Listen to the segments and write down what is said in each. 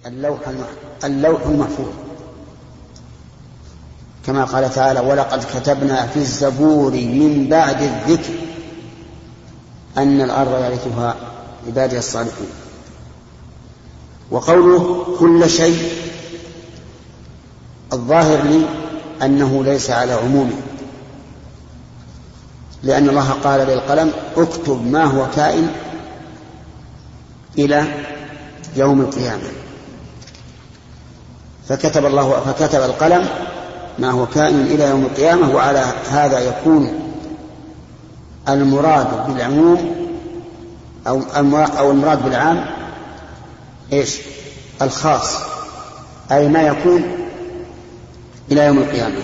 اللوح المحفوظ، كما قال تعالى: ولقد كتبنا في الزبور من بعد الذكر أن الأرض يرثها عبادي الصالحون. وقوله كل شيء الظاهر لي أنه ليس على عمومه، لأن الله قال للقلم: اكتب ما هو كائن إلى يوم القيامة، فكتب القلم ما هو كائن إلى يوم القيامة. وعلى هذا يكون المراد بالعموم أو المراد بالعام إيش؟ الخاص، أي ما يكون إلى يوم القيامة.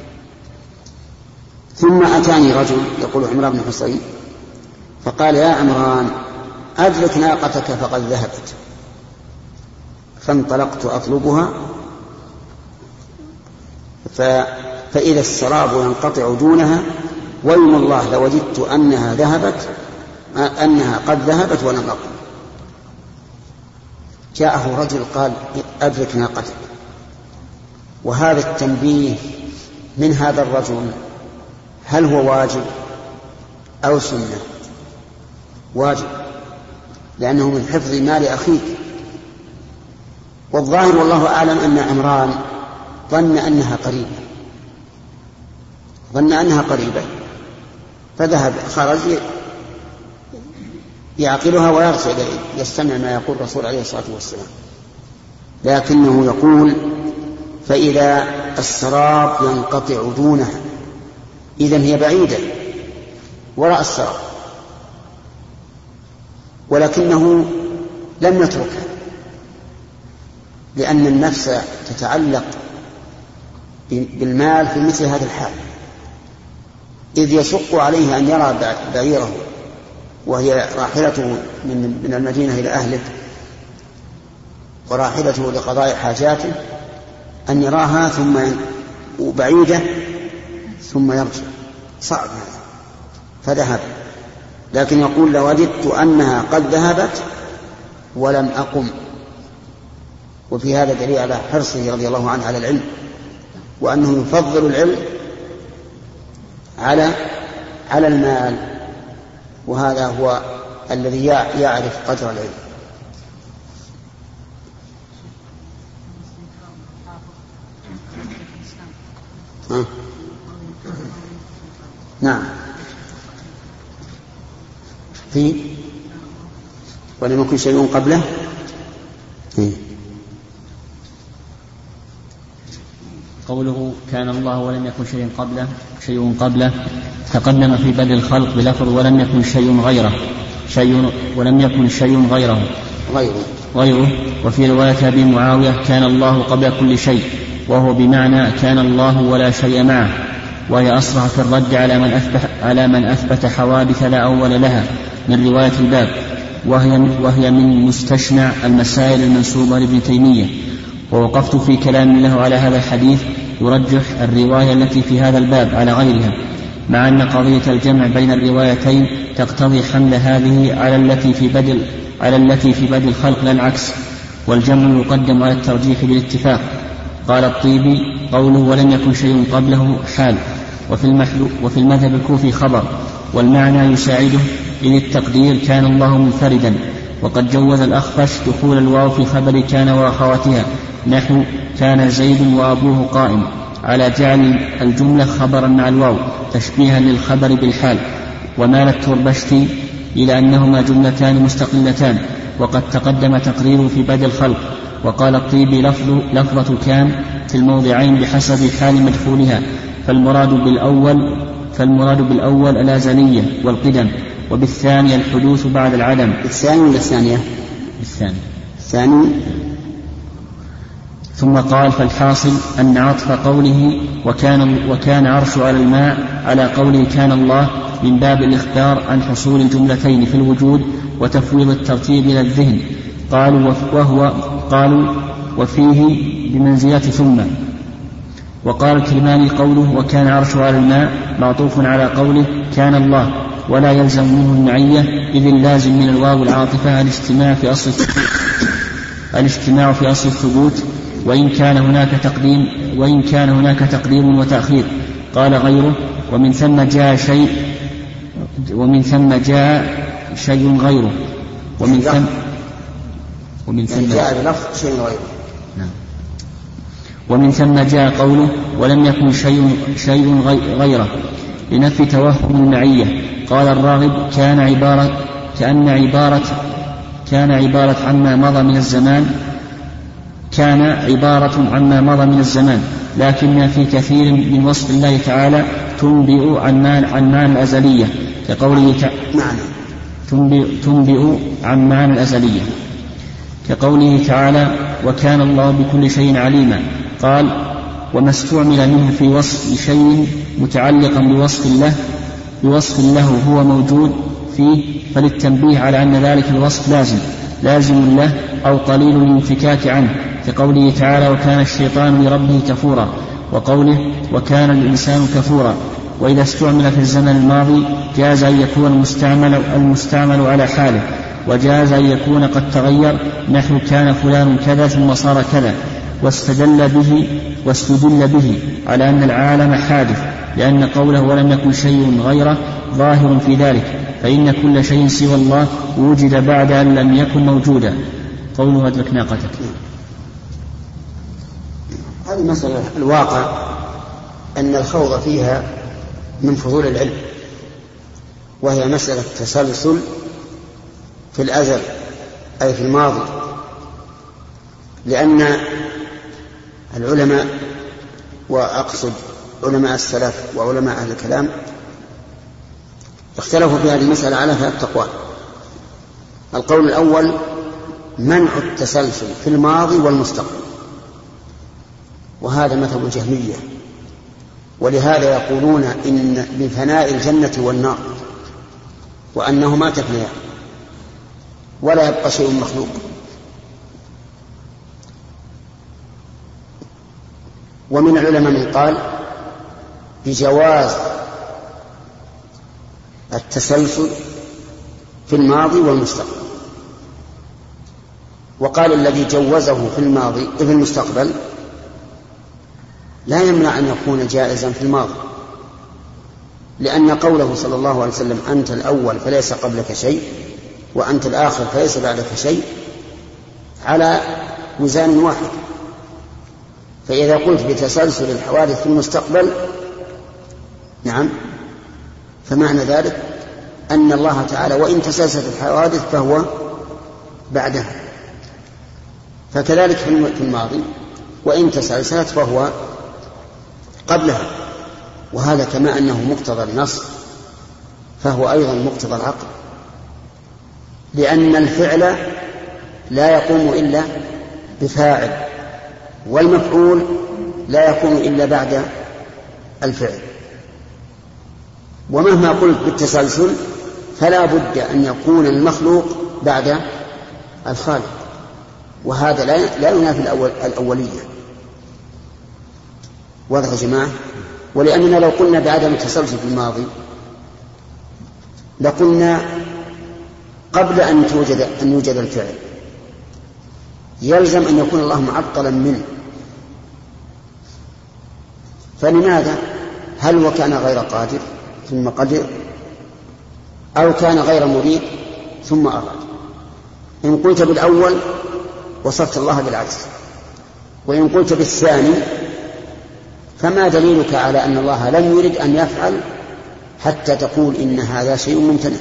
ثم أتاني رجل، يقول عمران بن حصين، فقال: يا عمران أدرك ناقتك فقد ذهبت. فانطلقت أطلبها فإذا السراب ينقطع دونها، ويم الله لوجدت أنها قد ذهبت ولم أقم. جاءه رجل قال: أدرك ناقتك. وهذا التنبيه من هذا الرجل هل هو واجب أو سنة؟ واجب، لأنه من حفظ مال أخيك. والظاهر والله أعلم أن عمران ظن أنها قريبة فذهب، خرج يعقلها ويرجع يستمع ما يقول الرسول عليه الصلاة والسلام، لكنه يقول: فإذا السراب ينقطع دونها، إذن هي بعيدة وراء السراب، ولكنه لم يتركها، لأن النفس تتعلق بالمال في مثل هذا الحال، إذ يشق عليه أن يرى بعيره وهي راحلته من المدينة إلى أهله وراحلته لقضاء حاجاته، أن يراها ثم بعيدة ثم يرجع، صعب هذا، فذهب. لكن يقول: لوجدت أنها قد ذهبت ولم أقم. وفي هذا دليل على حرصه رضي الله عنه على العلم، وأنه يفضل العلم على المال، وهذا هو الذي يعرف قدر العلم. نعم، ولم يكن شيء قبله. قوله كان الله ولم يكن شيء قبله تقدم في بدء الخلق بلفظ ولم يكن شيء غيره. وفي رواية أبي معاوية كان الله قبل كل شيء، وهو بمعنى كان الله ولا شيء معه، وهي أصرح في الرد على من أثبت حوادث لا أول لها من رواية الباب، وهي من مستشنع المسائل المنسوبة لابن تيمية. ووقفت في كلام له على هذا الحديث يرجح الرواية التي في هذا الباب على غيرها، مع أن قضية الجمع بين الروايتين تقتضي حمل هذه على التي في بدء الخلق لا العكس، والجمع يقدم على الترجيح بالاتفاق. قال الطيبي: قوله ولم يكن شيء قبله حال، وفي المذهب الكوفي خبر، والمعنى يساعده، إذ التقدير كان الله منفردا. وقد جوز الأخفش دخول الواو في خبر كان وأخواتها، نحو كان زيد وأبوه قائم، على جعل الجملة خبرا مع الواو تشبيها للخبر بالحال. ومال التربشتي إلى أنهما جملتان مستقلتان، وقد تقدم تقريره في بدء الخلق. وقال الطيبي: لفظة كان في الموضعين بحسب حال مدخولها، فالمراد بالأول الأزلية والقدم، وبالثاني الحدوث بعد العدم. الثاني ولا الثانية؟ الثاني. ثم قال: فالحاصل أن عطف قوله وكان عرش على الماء على قوله كان الله من باب الإخبار عن حصول الجملتين في الوجود وتفويض الترتيب إلى الذهن. قالوا وفيه بمنزلة ثم. وقال الكرماني: قوله وكان عرش على الماء معطوف على قوله كان الله، ولا يلزم منه المعية، إذ اللازم من الواو العاطفة الاجتماع في أصل التفريق. الاجتماع في أصل الثبوت، وإن كان هناك تقديم وتأخير. قال غيره: ومن ثم جاء شيء غيره، ومن ثم جاء قوله: ولم يكن شيء غيره لنفي توهم المعية. قال الراغب: كان عبارة عما مضى من الزمان، لكن في كثير من وصف الله تعالى تنبئ عن معنى الأزلية، كقوله تعالى: وكان الله بكل شيء عليما. قال: وما استعمل منه في وصف شيء متعلقا بوصف له هو موجود فيه، فللتنبيه على أن ذلك الوصف لازم له أو قليل الانفكاك عنه، كقوله تعالى: وكان الشيطان لربه كفورا، وقوله: وكان الإنسان كفورا. وإذا استعمل في الزمن الماضي جاز أن يكون المستعمل على حاله، وجاز أن يكون قد تغير، نحو كان فلان كذا ثم صار كذا، واستدل به على أن العالم حادث، لأن قوله ولم يكن شيء غيره ظاهر في ذلك، فإن كل شيء سوى الله وجد بعد أن لم يكن موجودا. قوله: أدرك ناقتك. هذه مسألة الواقع أن الخوض فيها من فضول العلم، وهي مسألة تسلسل في الأزل أي في الماضي، لأن العلماء، وأقصد علماء السلف وعلماء أهل الكلام، اختلفوا في هذه المسألة على 3 أقوال. القول الأول: منع التسلسل في الماضي والمستقبل، وهذا مذهب الجهمية، ولهذا يقولون إن بفناء الجنة والنار، وأنهما تفنيان ولا يبقى شيء مخلوق. ومن العلماء من قال بجواز التسلسل في الماضي والمستقبل، وقال الذي جوزه في المستقبل لا يمنع أن يكون جائزا في الماضي، لأن قوله صلى الله عليه وسلم: أنت الأول فليس قبلك شيء، وأنت الآخر فليس بعدك شيء، على ميزان واحد. فإذا قلت بتسلسل الحوادث في المستقبل، نعم، فمعنى ذلك أن الله تعالى وإن تسلسلت الحوادث فهو بعدها، فكذلك في الماضي وإن تسلسلت فهو قبلها، وهذا كما أنه مقتضى النص فهو أيضا مقتضى العقل، لأن الفعل لا يقوم إلا بفاعل، والمفعول لا يكون إلا بعد الفعل. ومهما قلت بالتسلسل فلا بد أن يكون المخلوق بعد الخالق، وهذا لا ينافي الأولية. واضح يا جماعة؟ ولأننا لو قلنا بعدم التسلسل في الماضي لقلنا قبل أن يوجد الفعل يلزم أن يكون الله معطلا منه، فلماذا؟ هل وكان غير قادر ثم قدر، أو كان غير مريد ثم أراد؟ إن قلت بالأول وصفت الله بالعجز، وإن قلت بالثاني فما دليلك على أن الله لم يرد أن يفعل حتى تقول إن هذا شيء ممتنع؟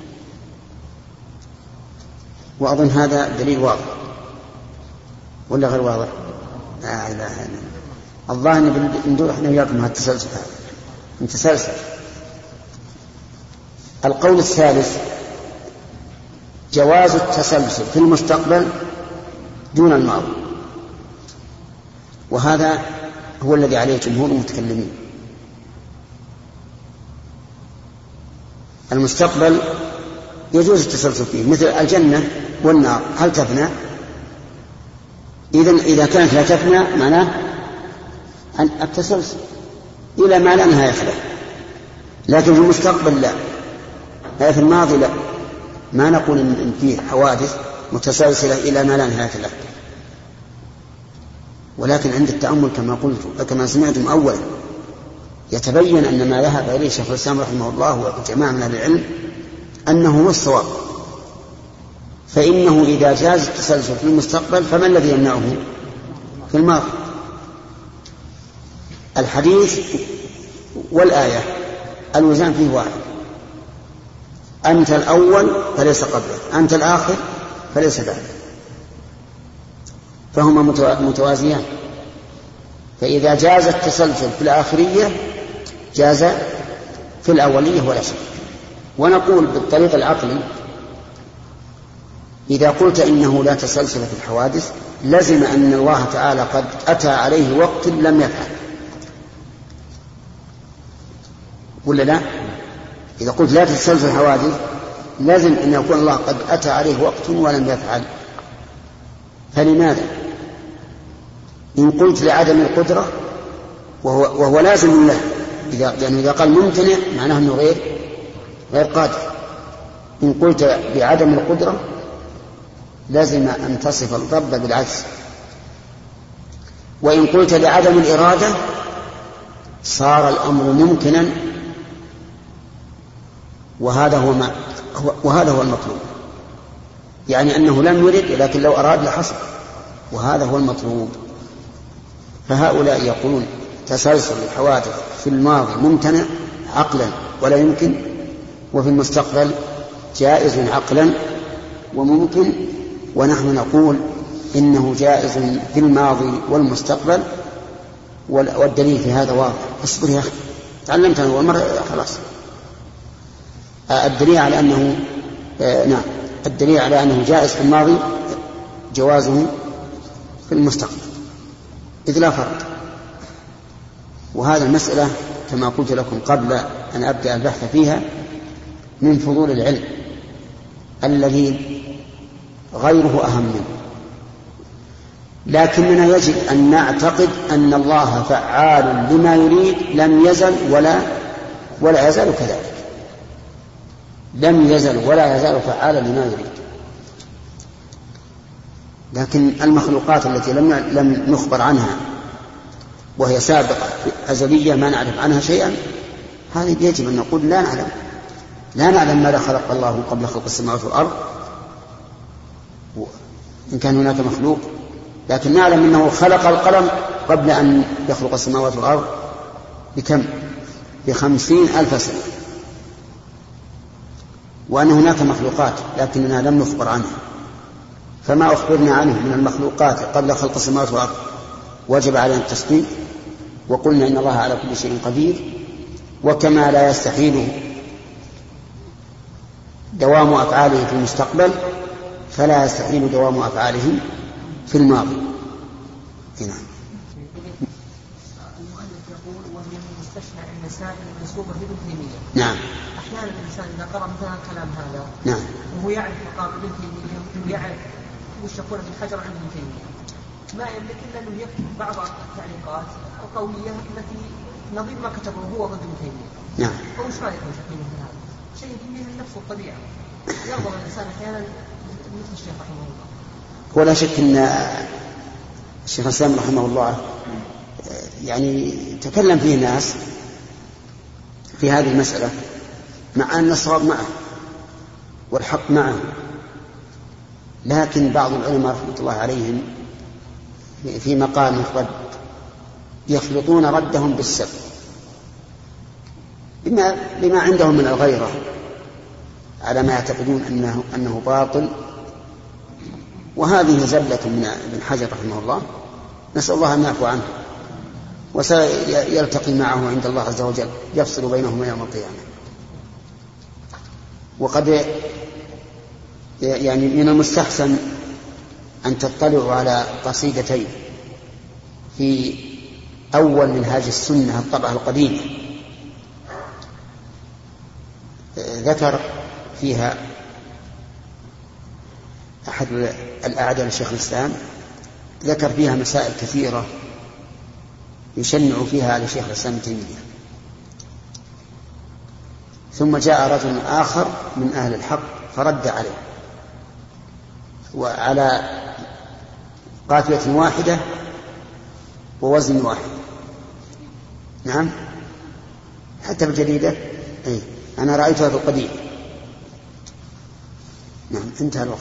وأظن هذا دليل واضح ولا غير واضح؟ لا إله إلا الله. الظاهر ندور احنا وياكم هالتسلسل هذا متسلسل. القول الثالث: جواز التسلسل في المستقبل دون الماضي، وهذا هو الذي عليه جمهور المتكلمين. المستقبل يجوز التسلسل فيه، مثل الجنة والنار، هل تفنى؟ إذا كانت لا تفنى معناه أن التسلسل إلى ما لا نهاية له، لكن في المستقبل لا، في الماضي لا، ما نقول إن فيه حوادث متسلسلة إلى ما لا نهاية له. ولكن عند التأمل كما سمعتم أولا يتبين أن ما ذهب إليه شيخ الإسلام رحمه الله وجماعة من أهل العلم أنه هو الصواب. فإنه إذا جاز التسلسل في المستقبل فما الذي يمنعه في الماضي؟ الحديث والآية الوزان فيه واحد، أنت الأول فليس قبله، أنت الآخر فليس بعده، فهما متوازيان. فإذا جاز التسلسل في الآخرية جاز في الأولية ولا شك. ونقول بالطريق العقلي إذا قلت إنه لا تسلسل في الحوادث لزم أن الله تعالى قد أتى عليه وقت لم يفعل، ولا لا؟ إذا قلت لا تسلسل الحوادث لازم أن يكون الله قد أتى عليه وقت ولم يفعل. فلماذا؟ إن قلت لعدم القدرة وهو لازم له، لأنه إذا قال ممتنع معناه أنه غير قادر. إن قلت بعدم القدرة لازم أن تصف الرب بالعجز. وإن قلت لعدم الإرادة صار الأمر ممكنا، وهذا هو المطلوب، يعني أنه لم يرد لكن لو أراد لحصل، وهذا هو المطلوب. فهؤلاء يقولون تسلسل الحوادث في الماضي ممتنع عقلا ولا يمكن، وفي المستقبل جائز عقلا وممكن، ونحن نقول إنه جائز في الماضي والمستقبل، والدليل في هذا واضح. اصبر يا أخي، تعلمت أول مرة خلاص. الدليل على أنه الدليل على أنه جائز في الماضي جوازه في المستقبل، إذ لا فرق. وهذا المسألة كما قلت لكم قبل أن أبدأ البحث فيها من فضول العلم الذي غيره أهم منه، لكننا يجب أن نعتقد أن الله فعال لما يريد لم يزل ولا يزال كذلك، لم يزل ولا يزال فعالا لما يريد. لكن المخلوقات التي لم نخبر عنها وهي سابقة أزلية ما نعرف عنها شيئا، هذه يجب أن نقول لا نعلم ماذا خلق الله قبل خلق السماوات والأرض إن كان هناك مخلوق، لكن نعلم أنه خلق القلم قبل أن يخلق السماوات والأرض بكم؟ ب50,000 سنة، وأن هناك مخلوقات لكننا لم نخبر عنها. فما أخبرنا عنه من المخلوقات قبل خلق السماوات والأرض وجب علينا التصديق، وقلنا إن الله على كل شيء قدير. وكما لا يستحيل دوام أفعاله في المستقبل فلا يستحيل دوام أفعاله في الماضي. نعم. المؤلف يقول وهي من مستشفى المسائل المنسوبة لابن تيمية. نعم. أحيانا الإنسان إذا قرأ مثلا كلام هذا نعم وهو يعرف مقام ابن تيمية ويعرف وش يقول ابن حجر عن ابن تيمية، ما يملك إلا أنه يكتب بعض التعليقات القولية التي نظير ما كتبه هو ضد ابن تيمية. نعم. فوش رأيكم في هذا؟ شيء من النفس والطبيعة، يغضب الإنسان أحيانا مثل الشيخ رحمه الله. ولا شك أن الشيخ الإسلام رحمه الله يعني تكلم فيه الناس في هذه المسألة، مع أن الصواب معه والحق معه، لكن بعض العلماء رحمة الله عليهم في مقام الرد يخلطون ردهم بالسب بما عندهم من الغيرة على ما يعتقدون أنه باطل. وهذه زلة من ابن حجر رحمه الله، نسأل الله أن يعفو عنه، وسيلتقي معه عند الله عز وجل يفصل بينهما يوم القيامة. وقد يعني من المستحسن أن تطلعوا على قصيدتين في أول منهاج السنة الطبعة القديمة، ذكر فيها أحد الأعداء لشيخ الإسلام، ذكر فيها مسائل كثيرة يشنع فيها على شيخ الإسلام ابن تيمية. ثم جاء رجل آخر من أهل الحق فرد عليه، وعلى قافية واحدة ووزن واحد. نعم حتى بالجديدة أي أنا رأيتها في القديم. نعم انتهى الوقت.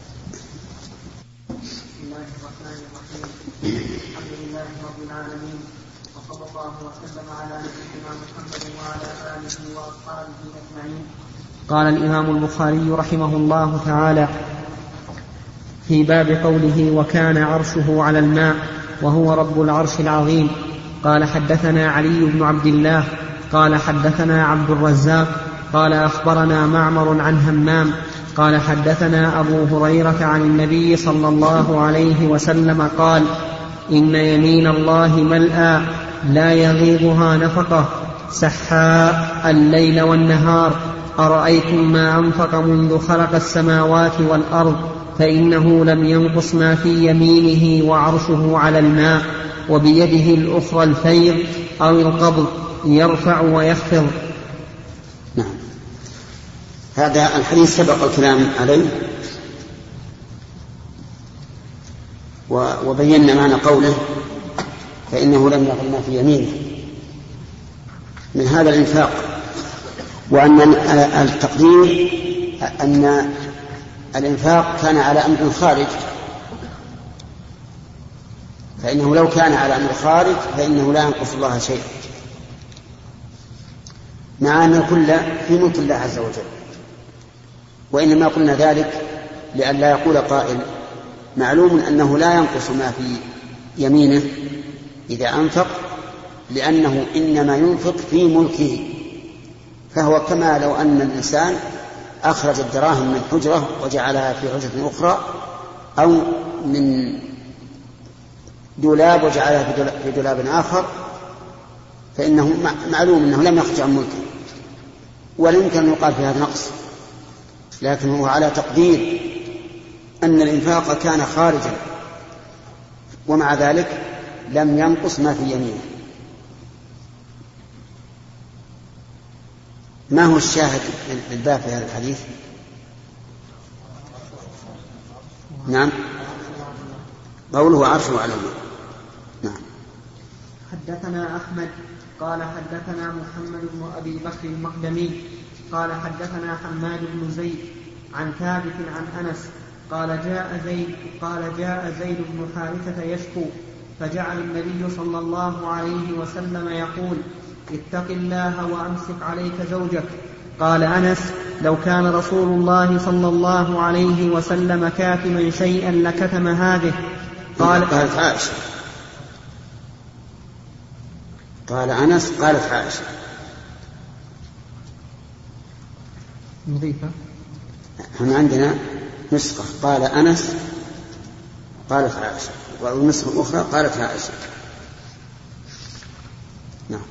بسم الله الرحمن الرحيم. الحمد لله رب العالمين، وصلى الله وسلم على نبينا محمد وعلى آله وأصحابه أجمعين. قال الإمام البخاري رحمه الله تعالى في باب قوله وكان عرشه على الماء وهو رب العرش العظيم. قال حدثنا علي بن عبد الله قال حدثنا عبد الرزاق قال أخبرنا معمر عن همام قال حدثنا أبو هريرة عن النبي صلى الله عليه وسلم قال إن يمين الله ملأى لا يغيضها نفقة سحاء الليل والنهار أرأيتم ما أنفق منذ خلق السماوات والأرض فإنه لم ينقص ما في يمينه وعرشه على الماء وبيده الأخرى الفيض أو القبض يرفع ويخفض. نعم هذا الحديث سبق الكلام عليه وبينا معنى قوله فإنه لم يغل ما في يمينه من هذا الإنفاق، وأن التقدير أن الإنفاق كان على أمر خارج، فإنه لو كان على أمر خارج فإنه لا ينقص الله شيء، مع أن الكل في ملك الله عز وجل. وإنما قلنا ذلك لئلا يقول قائل معلوم أنه لا ينقص ما في يمينه إذا أنفق، لأنه إنما ينفق في ملكه، فهو كما لو أن الإنسان أخرج الدراهم من حجرة وجعلها في حجرة أخرى، أو من دولاب وجعلها في دولاب آخر، فإنه معلوم أنه لم يخرج عن ملكه، ولا يمكن أن يقال في هذا نقص، لكن هو على تقدير أن الإنفاق كان خارجا، ومع ذلك لم ينقص ما في يمينه. ما هو الشاهد للباب في هذا الحديث؟ نعم قوله عرشه على الماء. نعم. حدثنا أحمد قال حدثنا محمد بن أبي بكر المقدمي قال حدثنا حماد بن زيد عن ثابت عن أنس قال جاء زيد بن حارثة يشكو، فجعل النبي صلى الله عليه وسلم يقول اتق الله وأمسك عليك زوجك. قال أنس لو كان رسول الله صلى الله عليه وسلم كاتما شيئا لكتم هذه. قالت عائشة. قال أنس قالت عائشة مضيفة. هنا عندنا نسخة قال أنس قالت عائشة، والنسخة الأخرى قالت عائشة. نعم.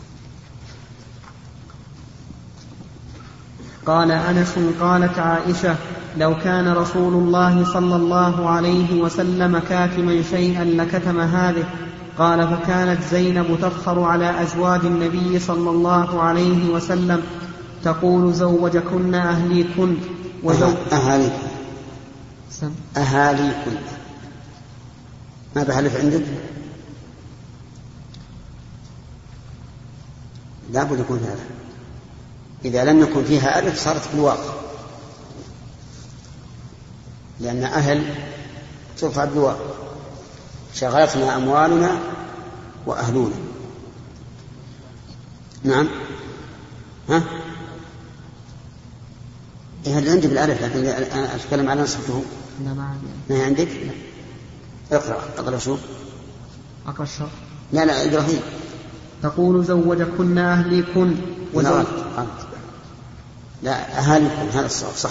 قال أنس قالت عائشة لو كان رسول الله صلى الله عليه وسلم كاتما شيئا لكتم هذه. قال فكانت زينب تفخر على أزواج النبي صلى الله عليه وسلم تقول زوجكن أهليكن أهاليكن ما بحلف عندك؟ لا بد يكون هذا، إذا لم يكن فيها ألف صارت بالواقع، لأن أهل ترفع بالواقع. شغلتنا أموالنا وأهلنا. نعم. ها إيه اللي عندي بالألف، لكن أنا أتكلم على نصفته. ما عندك؟ لا. اقرأ شوف. أقرأ الشر. لا إبراهيم. تقول زوجكن أهليكن لا أهاليكن، هذا الصواب صح.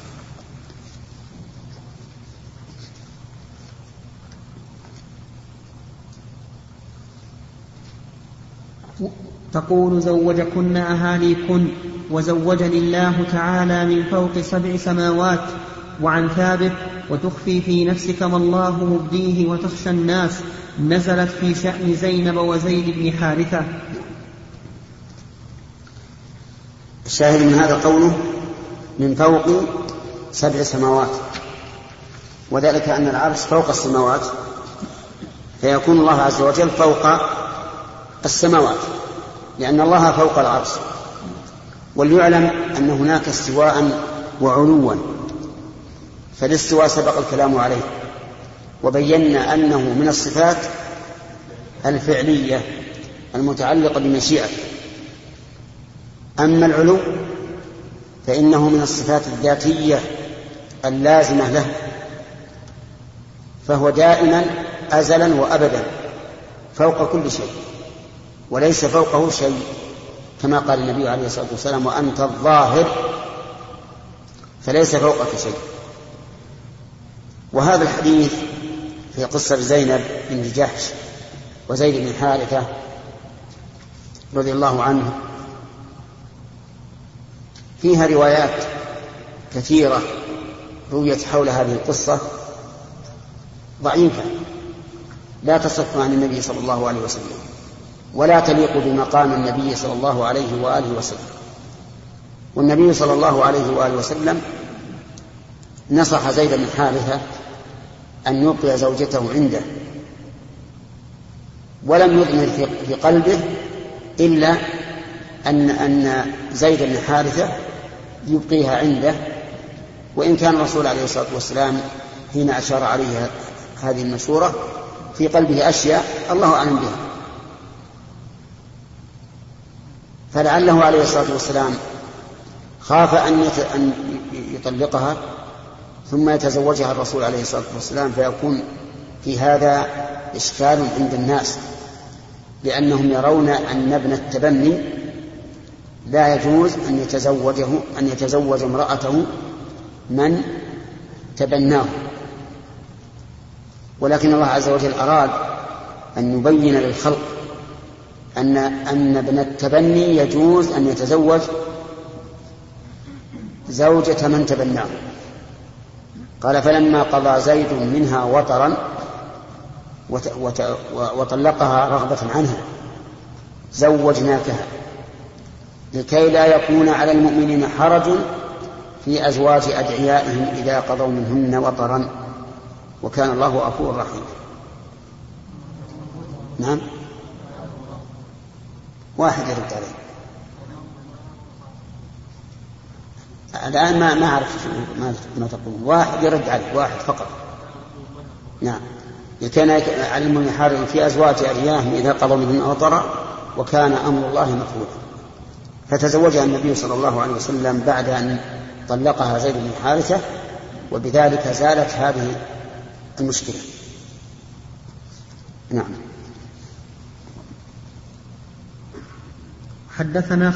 تقول زوجكن أهاليكن وزوجني الله تعالى من فوق 7 سماوات. وعن ثابت وتخفي في نفسك ما الله مبديه وتخشى الناس نزلت في شأن زينب وزيد بن حارثة. الشاهد من هذا قوله من فوق 7 سماوات، وذلك أن العرش فوق السماوات فيكون الله عز وجل فوق السماوات، لأن الله فوق العرش. وليعلم أن هناك استواء وعلوا، فالاستواء سبق الكلام عليه وبينا أنه من الصفات الفعلية المتعلقة بمشيئة. أما العلو فإنه من الصفات الذاتية اللازمة له، فهو دائما أزلا وأبدا فوق كل شيء، وليس فوقه شيء، كما قال النبي عليه الصلاة والسلام: وأنت الظاهر فليس فوقك شيء. وهذا الحديث في قصة زينب بنت جحش وزيد بن حارثة رضي الله عنه فيها روايات كثيرة رويت حول هذه القصة ضعيفة لا تصح عن النبي صلى الله عليه وسلم ولا تليق بمقام النبي صلى الله عليه وآله وسلم. والنبي صلى الله عليه وآله وسلم نصح زيد بن حارثة أن يبقي زوجته عنده، ولم يضمر في قلبه إلا أن زيد بن حارثة يبقيها عنده، وإن كان الرسول عليه الصلاة والسلام حين أشار عليه هذه المشورة في قلبه أشياء الله أعلم بها، فلعله عليه الصلاة والسلام خاف أن يطلقها ثم يتزوجها الرسول عليه الصلاة والسلام، فيكون في هذا إشكال عند الناس، لأنهم يرون أن ابن التبني لا يجوز أن يتزوج امرأته من تبناه. ولكن الله عز وجل أراد أن يبين للخلق أن ابن التبني يجوز أن يتزوج زوجة من تبناه. قال: فلما قضى زيد منها وطرا وطلقها رغبة عنها زوجناكها لكي لا يكون على المؤمنين حرج في أزواج أدعيائهم إذا قضوا منهن وطرا وكان الله غفورا رحيما. نعم، واحد يرد عليه الآن، ما أعرف ما تقول. واحد يرد عليه، واحد فقط. نعم، كان على المؤمنين حرج في أزواج أدعيائهم إذا قضوا منهن وطرا وكان أمر الله مفعولا. فتزوجها النبي صلى الله عليه وسلم بعد أن طلقها زيد بن حارثة، وبذلك زالت هذه المشكلة. نعم. حدثنا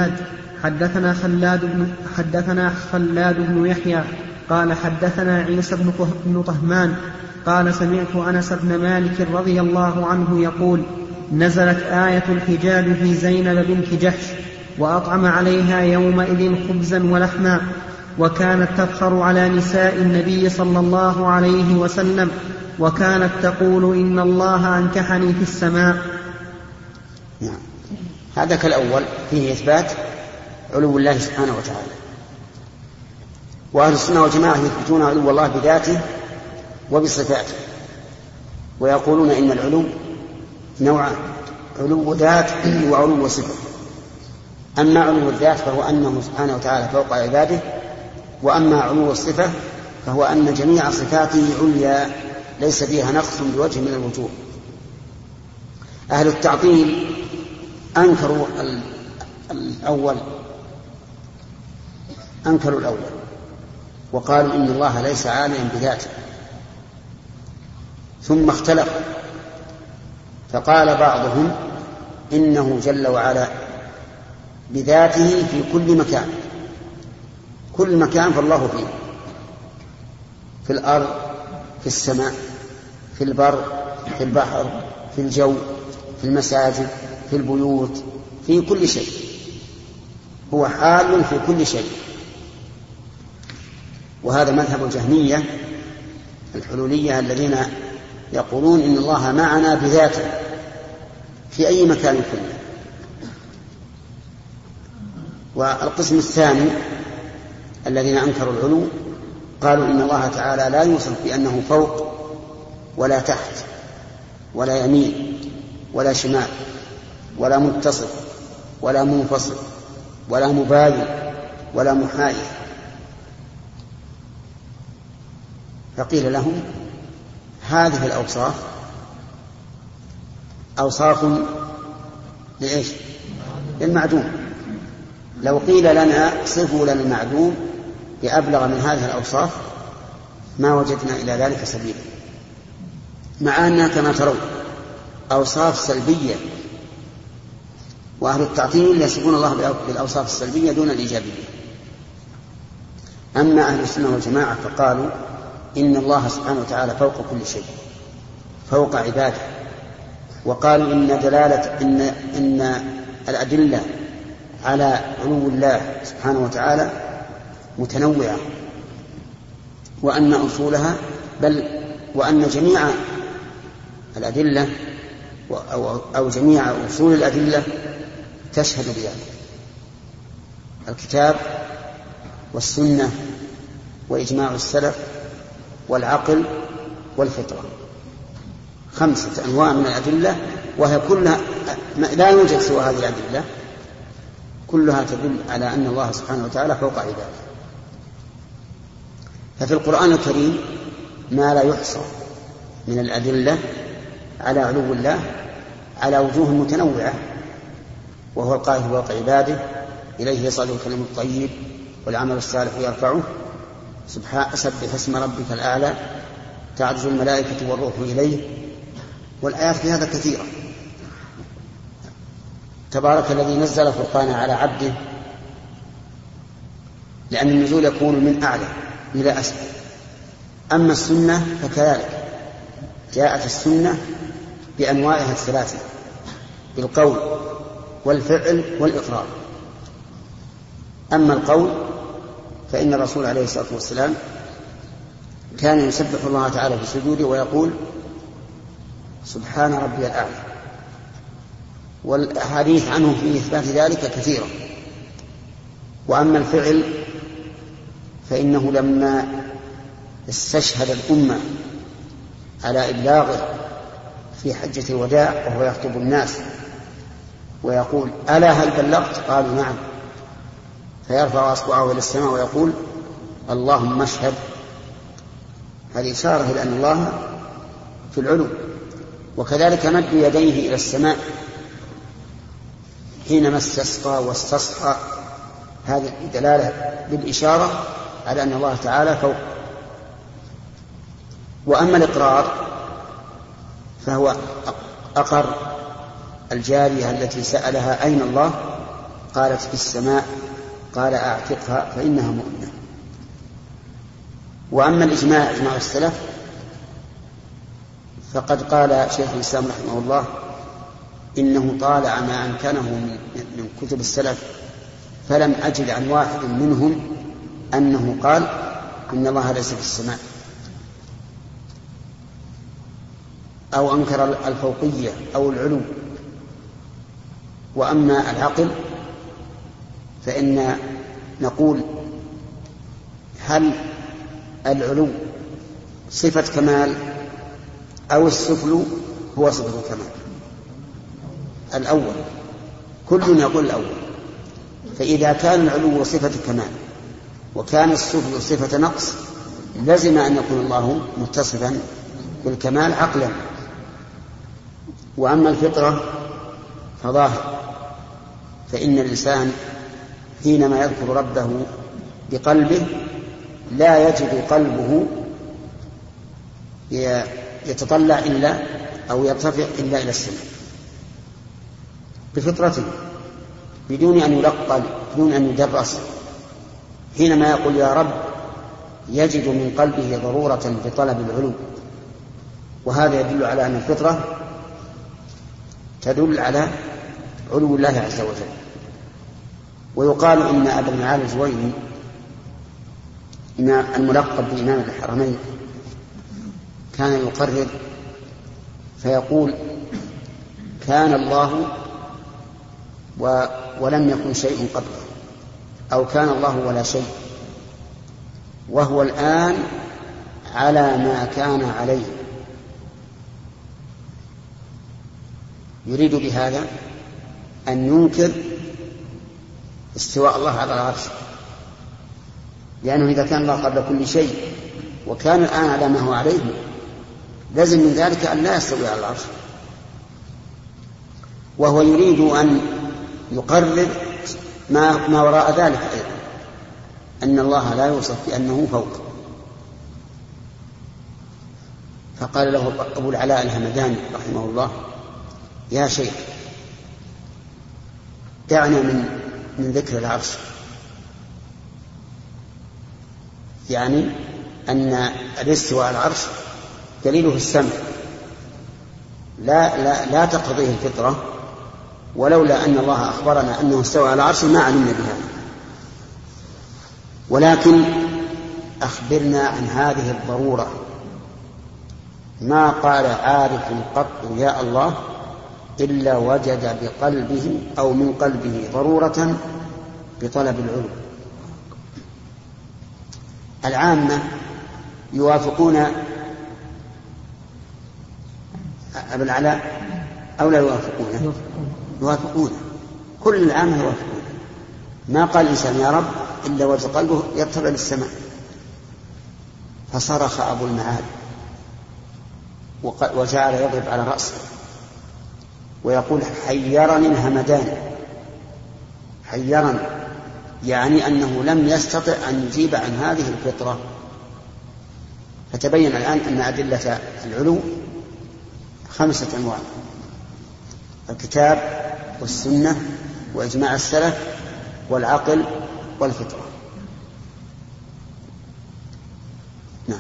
خلاد بن يحيى قال حدثنا عيسى بن طهمان قال سمعت أنس بن مالك رضي الله عنه يقول: نزلت آية الحجاب في زينب بنت جحش وأطعم عليها يومئذ خبزا ولحما، وكانت تفخر على نساء النبي صلى الله عليه وسلم، وكانت تقول: إن الله أنكحني في السماء. نعم. هذا كالأول فيه إثبات علو الله سبحانه وتعالى، وأهل السنة والجماعة يثبتون علو الله بذاته وبصفاته، ويقولون إن العلو نوعان: علو ذات وعلو صفة. أما علو الذات فهو أنه سبحانه وتعالى فوق عباده، وأما علو الصفة فهو أن جميع صفاته عليا ليس فيها نقص بوجه من الوجوه. أهل التعطيل أنكروا الأول وقالوا إن الله ليس عاليا بذاته، ثم اختلفوا فقال بعضهم إنه جل وعلا بذاته في كل مكان، كل مكان فالله فيه، في الأرض، في السماء، في البر، في البحر، في الجو، في المساجد، في البيوت، في كل شيء، هو حال في كل شيء. وهذا مذهب الجهمية الحلولية الذين يقولون إن الله معنا بذاته في أي مكان كنا. والقسم الثاني الذين أنكروا العلو قالوا إن الله تعالى لا يوصف بأنه فوق ولا تحت، ولا يمين ولا شمال ولا متصل ولا منفصل ولا مباين ولا محايد. فقيل لهم هذه الأوصاف أوصاف لإيش؟ للمعدوم. لو قيل لنا صفوا لنا المعدوم بأبلغ من هذه الأوصاف ما وجدنا إلى ذلك سبيلا، مع أنها كما ترون أوصاف سلبية، وأهل التعطيل يصفون الله بالأوصاف السلبية دون الإيجابية. أما أهل السنة والجماعة فقالوا إن الله سبحانه وتعالى فوق كل شيء، فوق عباده، وقالوا إن الأدلة على علو الله سبحانه وتعالى متنوعة، وأن أصولها وأن جميع الأدلة أو جميع أصول الأدلة تشهد بذلك: الكتاب والسنة وإجماع السلف والعقل والفطرة، 5 أنواع من الأدلة، وهي كلها لا يوجد سوى هذه الأدلة، كلها تدل على أن الله سبحانه وتعالى فوق عباده. ففي القرآن الكريم ما لا يحصى من الأدلة على علو الله على وجوه متنوعة، وهو القائل فوق عباده، إليه يصعد الكلم الطيب والعمل الصالح يرفعه، سبح اسم ربك الأعلى، تعرج الملائكة والروح إليه، والآيات في هذا كثيرة. تبارك الذي نزل الفرقان على عبده، لأن النزول يكون من أعلى إلى أسفل. أما السنة فكذلك، جاءت السنة بأنواعها الثلاثة: بالقول والفعل والإقرار. أما القول فإن الرسول عليه الصلاة والسلام كان يسبح الله تعالى في سجوده ويقول سبحان ربي الأعلى، والأحاديث عنه في إثبات ذلك كثيرة. وأما الفعل فإنه لما استشهد الأمة على إبلاغه في حجة الوداع وهو يخطب الناس ويقول ألا هل بلغت؟ قالوا نعم، فيرفع أصبعه إلى السماء ويقول اللهم اشهد. هذه إشارة إلى أن الله في العلو. وكذلك مد يديه إلى السماء حينما استسقى واستصحى، هذه دلالة بالإشارة على أن الله تعالى فوق. وأما الإقرار فهو أقر الجارية التي سألها أين الله؟ قالت في السماء، قال أعتقها فإنها مؤمنة. وأما الإجماع، إجماع السلف، فقد قال شيخ الإسلام رحمه الله إنه طالع ما أمكنه من كتب السلف فلم أجد عن واحد منهم أنه قال إن الله ليس في السماء أو أنكر الفوقية أو العلو. وأما العقل فإن نقول هل العلو صفة كمال أو السفل هو صفة الكمال؟ الأول، كل يقول الأول. فإذا كان العلو صفة كمال وكان السفل صفة نقص لزم أن يكون الله متصفا بالكمال عقلا. وأما الفطرة فظاهر، فإن الإنسان حينما يذكر ربه بقلبه لا يجد قلبه يتطلع إلا أو يرتفع إلا إلى السماء بفطرته بدون أن يلقن، بدون أن يدرس. حينما يقول يا رب يجد من قلبه ضرورة بطلب العلو. وهذا يدل على أن الفطرة تدل على علو الله عز وجل. ويقال إن أبا المعالي الجويني الملقب بإمام الحرمين كان يقرر فيقول كان الله ولم يكن شيء قبله، أو كان الله ولا شيء، وهو الآن على ما كان عليه. يريد بهذا أن ينكر استواء الله على العرش، لأنه إذا كان الله قبل كل شيء وكان الآن على ما هو عليه لازم من ذلك أن لا يستوي على العرش. وهو يريد أن يقرر ما وراء ذلك أيضا، أن الله لا يوصف بأنه فوق. فقال له أبو العلاء الهمداني رحمه الله: يا شيخ دعنا من ذكر العرش، يعني أن الاستواء على العرش دليله السمع لا تقتضيه الفطرة، ولولا أن الله أخبرنا أنه استوى على العرش ما علمنا بهذا. ولكن أخبرنا عن هذه الضرورة. ما قال عارف قط يا الله إلا وجد بقلبه أو من قلبه ضرورة بطلب العلو. العامة يوافقون أبا العلاء أو لا يوافقونه؟ يوافقونه، كل العامة يوافقون. ما قال الإنسان يا رب إلا وجد قلبه يطلع للسماء. فصرخ أبو المعالي وجعل يضرب على رأسه ويقول: حيرني الهمدان. حيرني يعني أنه لم يستطع أن يجيب عن هذه الفطرة. فتبين الآن أن أدلة العلو 5 أنواع: الكتاب والسنة وإجماع السلف والعقل والفطرة. نعم.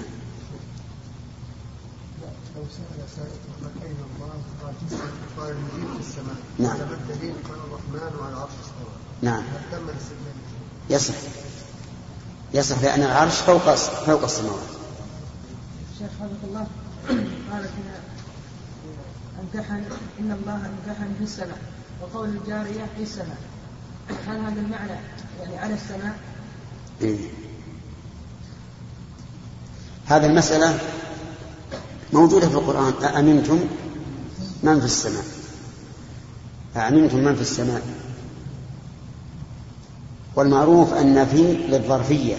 لو سأل سائل أين الله قال يجيب في السماء. نعم. هذا الدليل قال الرحمن وعلى العرش استوى. نعم. هل تم الاستدلال؟ يصح لأن العرش فوق السماوات. شيخ حفظك الله قال فيها امتحن إن الله امتحن في السماء، وقول الجارية في السماء، هل هذا المعنى يعني على السماء؟ إيه؟ هذه المسألة موجودة في القرآن: أأمنتم من في السماء، أأمنتم من في السماء. والمعروف أن في للظرفية،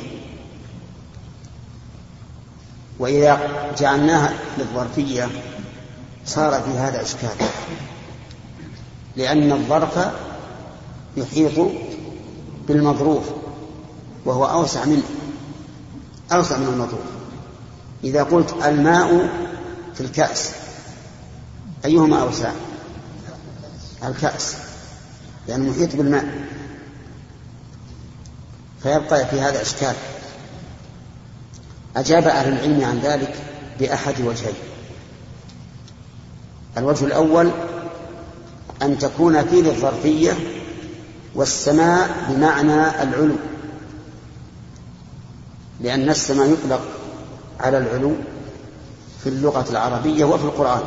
وإذا جعلناها للظرفية صار في هذا إشكال، لأن الظرف يحيط بالمظروف وهو أوسع من المظروف. إذا قلت الماء في الكأس أيهما أوسع؟ الكأس، لأنه محيط بالماء. فيبقى في هذا إشكال. أجاب أهل العلم عن ذلك بأحد وجهين: الوجه الأول أن تكون في للظرفية والسماء بمعنى العلو، لأن السماء يطلق على العلو في اللغة العربية وفي القرآن.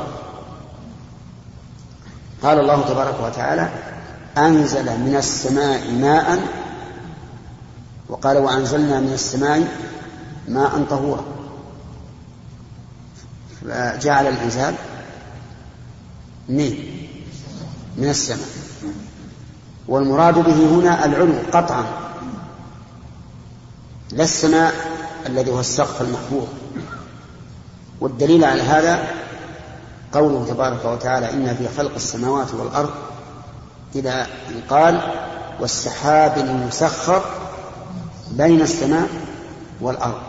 قال الله تبارك وتعالى: أنزل من السماء ماء، وقال: وأنزلنا من السماء ماء طهورا. فجعل الإنزال من السماء، والمراد به هنا العلو قطعا، لا السماء الذي هو السقف المحفوظ. والدليل على هذا قوله تبارك وتعالى: إن في خلق السماوات والأرض، إلى أن قال: والسحاب المسخر بين السماء والأرض.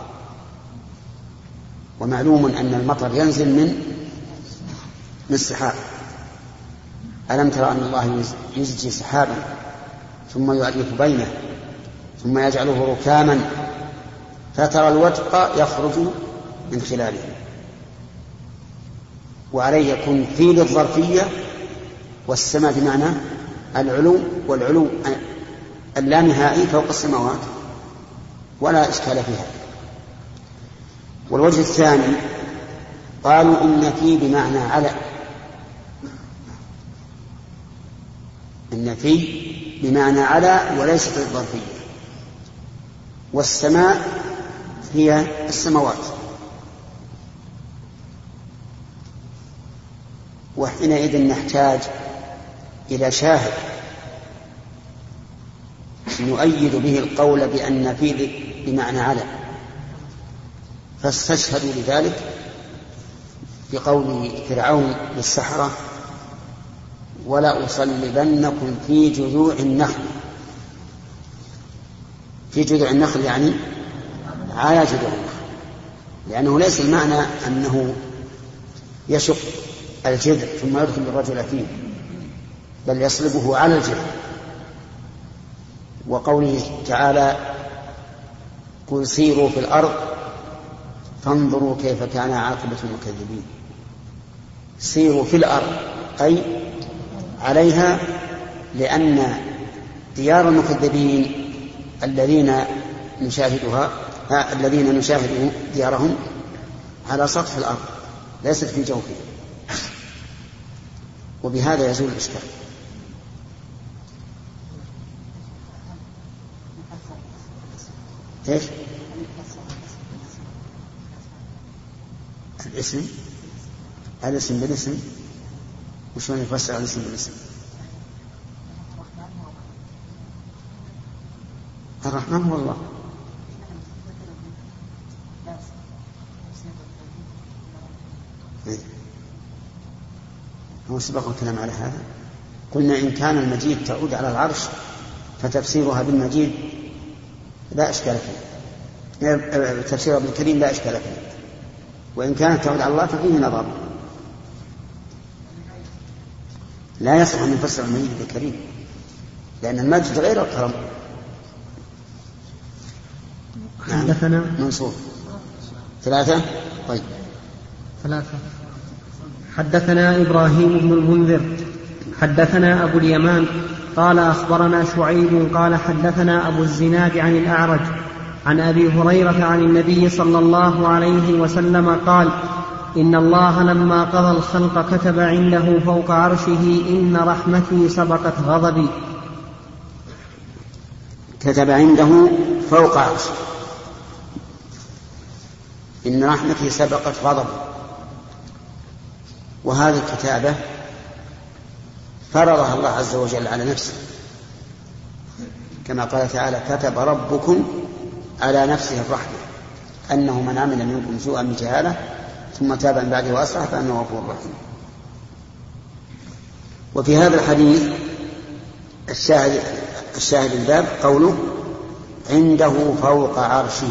ومعلوم أن المطر ينزل من السحاب. ألم ترى أن الله يزجي سحابا ثم يؤلف بينه ثم يجعله ركاما فترى الودق يخرج من خلاله. وعليه يكون في للظرفية، والسماء بمعنى العلو، والعلو اللانهائي فوق السماوات، ولا إشكال فيها. والوجه الثاني قالوا إن في بمعنى على، إن في بمعنى على وليست الظرفية، والسماء هي السماوات. وحينئذ نحتاج إلى شاهد يؤيد به القول بأن فيه بمعنى على، فاستشهدوا لذلك بقول فرعون للسحرة: ولا أصلبنكم في جذوع النخل. في جذوع النخل يعني على جذوع النخل، لأنه ليس المعنى أنه يشق الجذع ثم يدخل الرجل فيه، بل يصلبه على الجذع. وقوله تعالى: قل سيروا في الأرض فانظروا كيف كان عاقبة المكذبين. سيروا في الأرض أي عليها، لأن ديار المكذبين الذين نشاهد ديارهم على سطح الأرض ليست في جوفها، وبهذا يزول الإشكال. ايش؟ الاسم بالاسم، وشلون يفسر الاسم بالاسم؟ الرحمن هو الله. هو سبق الكلام على هذا. قلنا إن كان المجيد تعود على العرش فتفسيرها بالمجيد لا إشكال فيه، تفسيرها بالكريم لا إشكال فيه، وإن كانت تعود على الله ففيه نظر. لا يصح أن يفسر المجيد بالكريم، لأن المجد غير الكرم. حدثنا منصور 3. طيب 3. حدثنا إبراهيم بن المنذر حدثنا أبو اليمان قال أخبرنا شعيب قال حدثنا أبو الزناد عن الأعرج عن أبي هريرة عن النبي صلى الله عليه وسلم قال: إن الله لما قضى الخلق كتب عنده فوق عرشه: إن رحمتي سبقت غضبي. كتب عنده فوق عرشه: إن رحمتي سبقت غضبي. وهذه الكتابة فرضها الله عز وجل على نفسه، كما قال تعالى: كتب ربكم على نفسه الرحمة أنه من عمل منكم سوءا بجهالة ثم تاب من بعده وأصلح فأنه غفور رحيم. وفي هذا الحديث الشاهد الباب قوله: عنده فوق عرشه.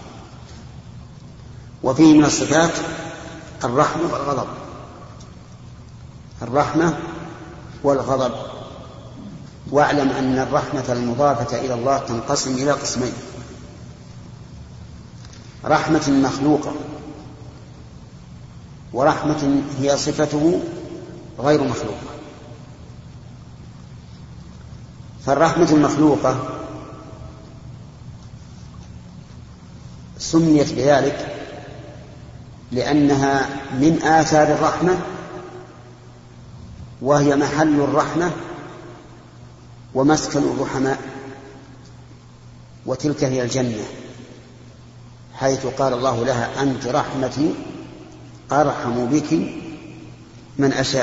وفيه من الصفات الرحمة والغضب. الرحمة والغضب. واعلم أن الرحمة المضافة إلى الله تنقسم إلى قسمين: رحمة مخلوقة، ورحمة هي صفته غير مخلوقة. فالرحمة المخلوقة سميت بذلك لأنها من آثار الرحمة، وهي محل الرحمة ومسكن الرحماء، وتلك هي الجنة، حيث قال الله لها: أنت رحمتي أرحم بك من أشاء.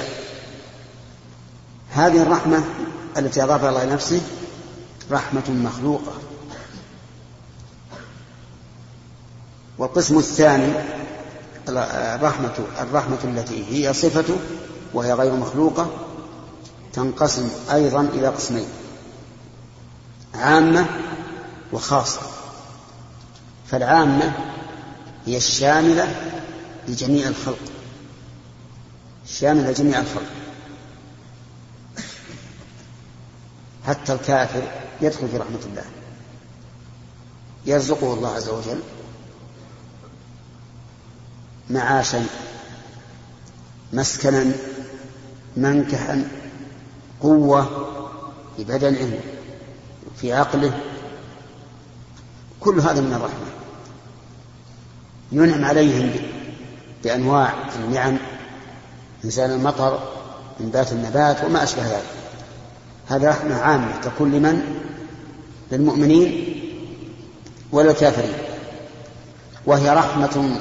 هذه الرحمة التي أضافها الله لنفسه رحمة مخلوقة. والقسم الثاني الرحمة التي هي صفته وهي غير مخلوقة، تنقسم أيضا إلى قسمين: عامة وخاصة. فالعامة هي الشاملة لجميع الخلق، شاملة جميع الخلق، حتى الكافر يدخل في رحمة الله، يرزقه الله عز وجل معاشا، مسكنا، منكحا، قوة في بدنه، في عقله، كل هذا من الرحمة. ينعم عليهم بأنواع النعم: إنزال المطر، إنبات النبات، وما أشبه ذلك. هذا رحمة عامة تكون لمن؟ للمؤمنين وللكافرين. وهي رحمة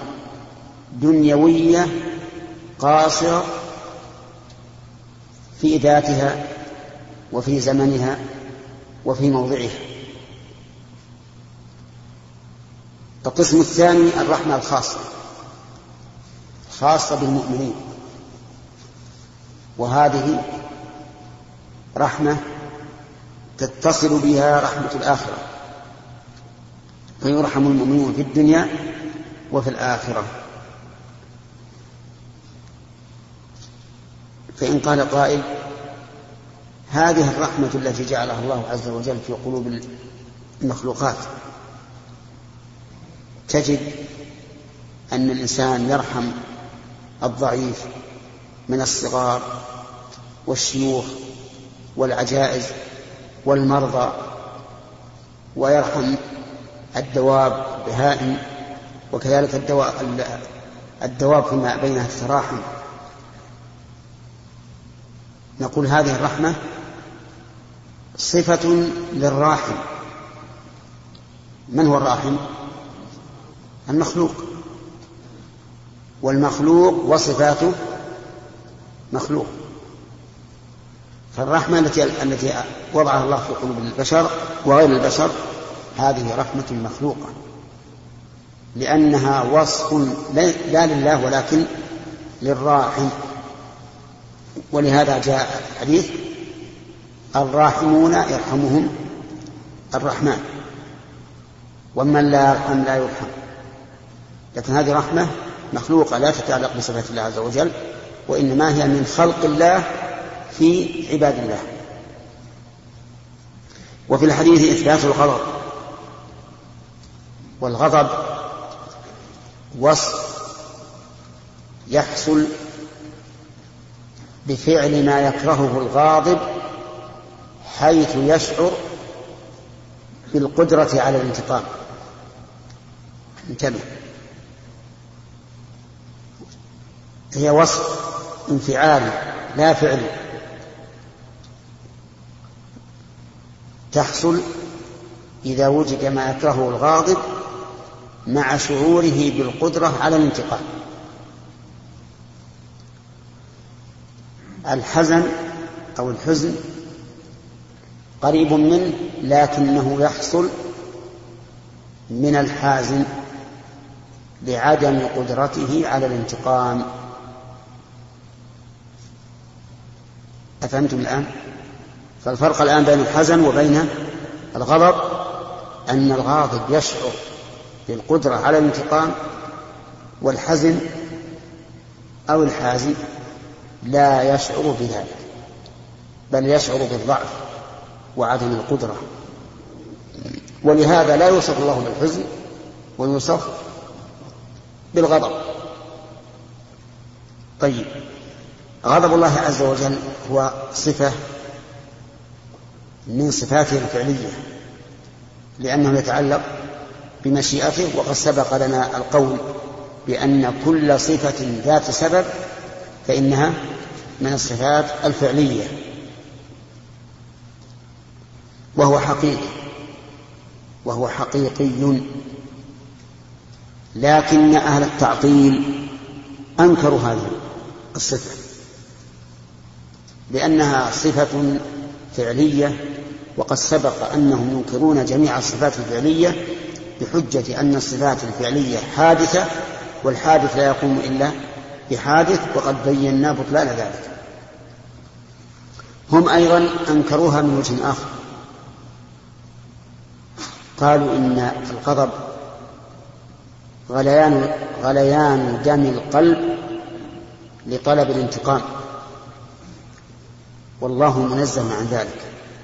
دنيوية قاصرة في ذاتها وفي زمنها وفي موضعها. القسم الثاني الرحمة الخاصة، خاصة بالمؤمنين، وهذه رحمة تتصل بها رحمة الآخرة، فيرحم المؤمنون في الدنيا وفي الآخرة. فإن قال قائل هذه الرحمة التي جعلها الله عز وجل في قلوب المخلوقات، تجد أن الإنسان يرحم الضعيف من الصغار والشيوخ والعجائز والمرضى، ويرحم الدواب البهائم، وكذلك الدواب فيما بينها التراحم. نقول هذه الرحمة صفة للراحم. من هو الراحم؟ المخلوق، والمخلوق وصفاته مخلوق. فالرحمة التي وضعها الله في قلوب البشر وغير البشر هذه رحمة مخلوقة، لأنها وصف لا لله ولكن للراحم. ولهذا جاء الحديث الراحمون يرحمهم الرحمن، ومن لا يرحم لا يرحم. لكن هذه رحمة مخلوقة لا تتعلق بصفات الله عز وجل، وإنما هي من خلق الله في عباد الله. وفي الحديث إثبات الغضب، والغضب وصف يحصل بفعل ما يكرهه الغاضب، حيث يشعر بالقدرة على الانتقام. انتبه، هي وصف انفعالي لا فعلي، تحصل إذا وجد ما يكرهه الغاضب مع شعوره بالقدرة على الانتقام. الحزن أو الحزن قريب منه، لكنه يحصل من الحازن لعدم قدرته على الانتقام. أفهمتم الآن؟ فالفرق الآن بين الحزن وبين الغضب أن الغاضب يشعر بالقدرة على الانتقام، والحزن أو الحازن لا يشعر بذلك، بل يشعر بالضعف وعدم القدرة. ولهذا لا يوصف الله بالحزن ويوصف بالغضب. طيب، غضب الله عز وجل هو صفة من صفاته الفعلية، لأنه يتعلق بمشيئته، وقد سبق لنا القول بأن كل صفة ذات سبب فإنها من الصفات الفعلية، وهو حقيقي. لكن أهل التعطيل أنكروا هذه الصفة لأنها صفة فعلية، وقد سبق أنهم ينكرون جميع الصفات الفعلية بحجة أن الصفات الفعلية حادثة، والحادث لا يقوم إلا بحادث، وقد بينا بطلان ذلك. هم أيضا أنكروها من وجه آخر، قالوا إن الغضب غليان دم القلب لطلب الانتقام، والله منزه عن ذلك.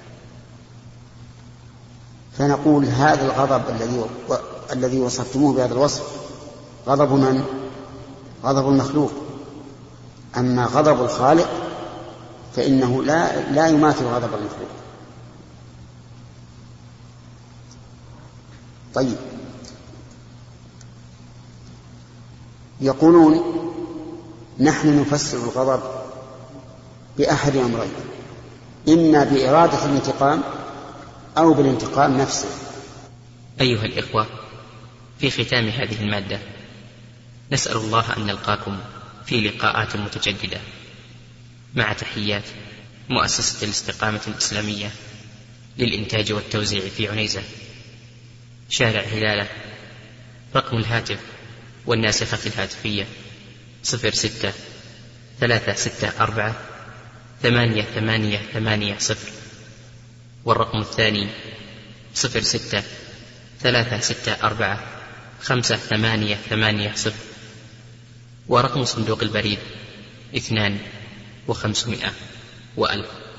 فنقول هذا الغضب الذي وصفتموه بهذا الوصف غضب من؟ غضب المخلوق. أما غضب الخالق فإنه لا يماثل غضب المخلوق. طيب، يقولون نحن نفسر الغضب بأحد أمرين، إما بإرادة الانتقام أو بالانتقام نفسه. أيها الإخوة، في ختام هذه المادة نسأل الله أن نلقاكم في لقاءات متجددة، مع تحيات مؤسسة الاستقامة الإسلامية للإنتاج والتوزيع في عنيزة، شارع هلالة. رقم الهاتف والناسخة الهاتفية 06-364-8880، والرقم الثاني 06-364-5880، ورقم صندوق البريد 2500 و1000.